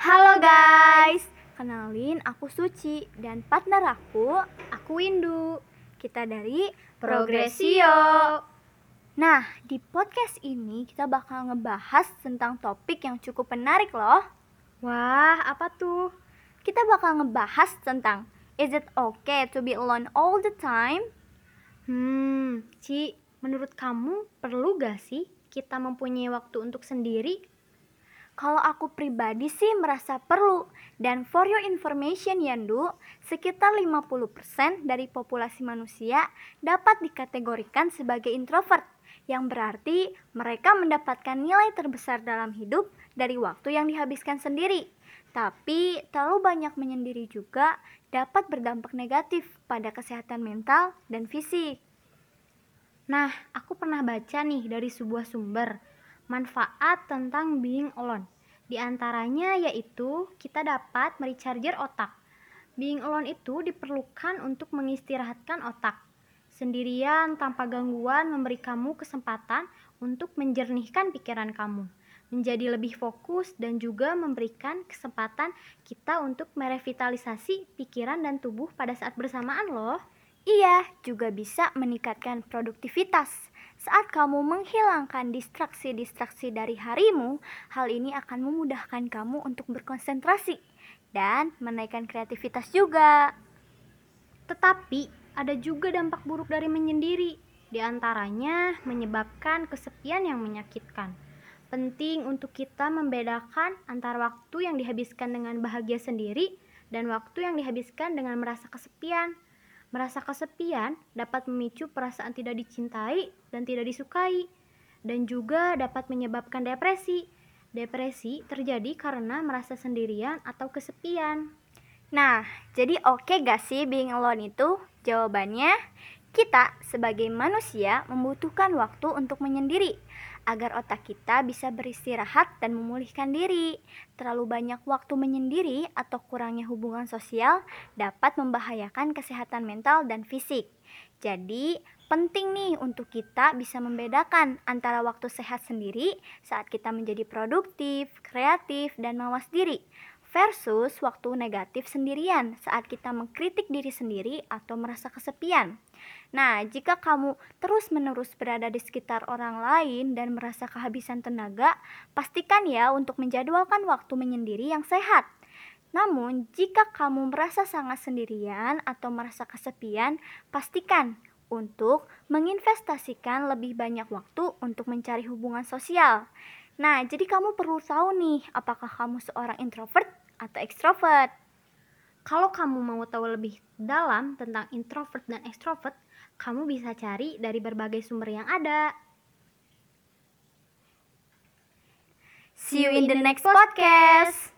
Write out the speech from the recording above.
Halo guys, kenalin aku Suci dan partner aku Windu. Kita dari Progresio. Nah, di podcast ini kita bakal ngebahas tentang topik yang cukup menarik loh. Wah, apa tuh? Kita bakal ngebahas tentang is it okay to be alone all the time? Ci, menurut kamu perlu gak sih kita mempunyai waktu untuk sendiri? Kalau aku pribadi sih merasa perlu. Dan for your information Yandu, sekitar 50% dari populasi manusia dapat dikategorikan sebagai introvert, yang berarti mereka mendapatkan nilai terbesar dalam hidup dari waktu yang dihabiskan sendiri. Tapi terlalu banyak menyendiri juga dapat berdampak negatif pada kesehatan mental dan fisik. Nah, aku pernah baca nih dari sebuah sumber manfaat tentang being alone. Di antaranya yaitu kita dapat merecharger otak. Being alone itu diperlukan untuk mengistirahatkan otak. Sendirian tanpa gangguan memberi kamu kesempatan untuk menjernihkan pikiran kamu, menjadi lebih fokus dan juga memberikan kesempatan kita untuk merevitalisasi pikiran dan tubuh pada saat bersamaan loh. Iya, juga bisa meningkatkan produktivitas. Saat kamu menghilangkan distraksi-distraksi dari harimu, hal ini akan memudahkan kamu untuk berkonsentrasi dan menaikkan kreativitas juga. Tetapi ada juga dampak buruk dari menyendiri, di antaranya menyebabkan kesepian yang menyakitkan. Penting untuk kita membedakan antara waktu yang dihabiskan dengan bahagia sendiri dan waktu yang dihabiskan dengan merasa kesepian. Merasa kesepian dapat memicu perasaan tidak dicintai dan tidak disukai, dan juga dapat menyebabkan depresi. Depresi terjadi karena merasa sendirian atau kesepian. Nah, jadi oke gak sih being alone itu? Jawabannya, kita sebagai manusia membutuhkan waktu untuk menyendiri agar otak kita bisa beristirahat dan memulihkan diri. Terlalu banyak waktu menyendiri atau kurangnya hubungan sosial dapat membahayakan kesehatan mental dan fisik. Jadi, penting nih untuk kita bisa membedakan antara waktu sehat sendiri saat kita menjadi produktif, kreatif, dan mawas diri versus waktu negatif sendirian saat kita mengkritik diri sendiri atau merasa kesepian. Nah, jika kamu terus-menerus berada di sekitar orang lain dan merasa kehabisan tenaga, pastikan ya untuk menjadwalkan waktu menyendiri yang sehat. Namun, jika kamu merasa sangat sendirian atau merasa kesepian, pastikan untuk menginvestasikan lebih banyak waktu untuk mencari hubungan sosial. Nah, jadi kamu perlu tahu nih, apakah kamu seorang introvert atau ekstrovert. Kalau kamu mau tahu lebih dalam tentang introvert dan extrovert, kamu bisa cari dari berbagai sumber yang ada. See you in the next podcast.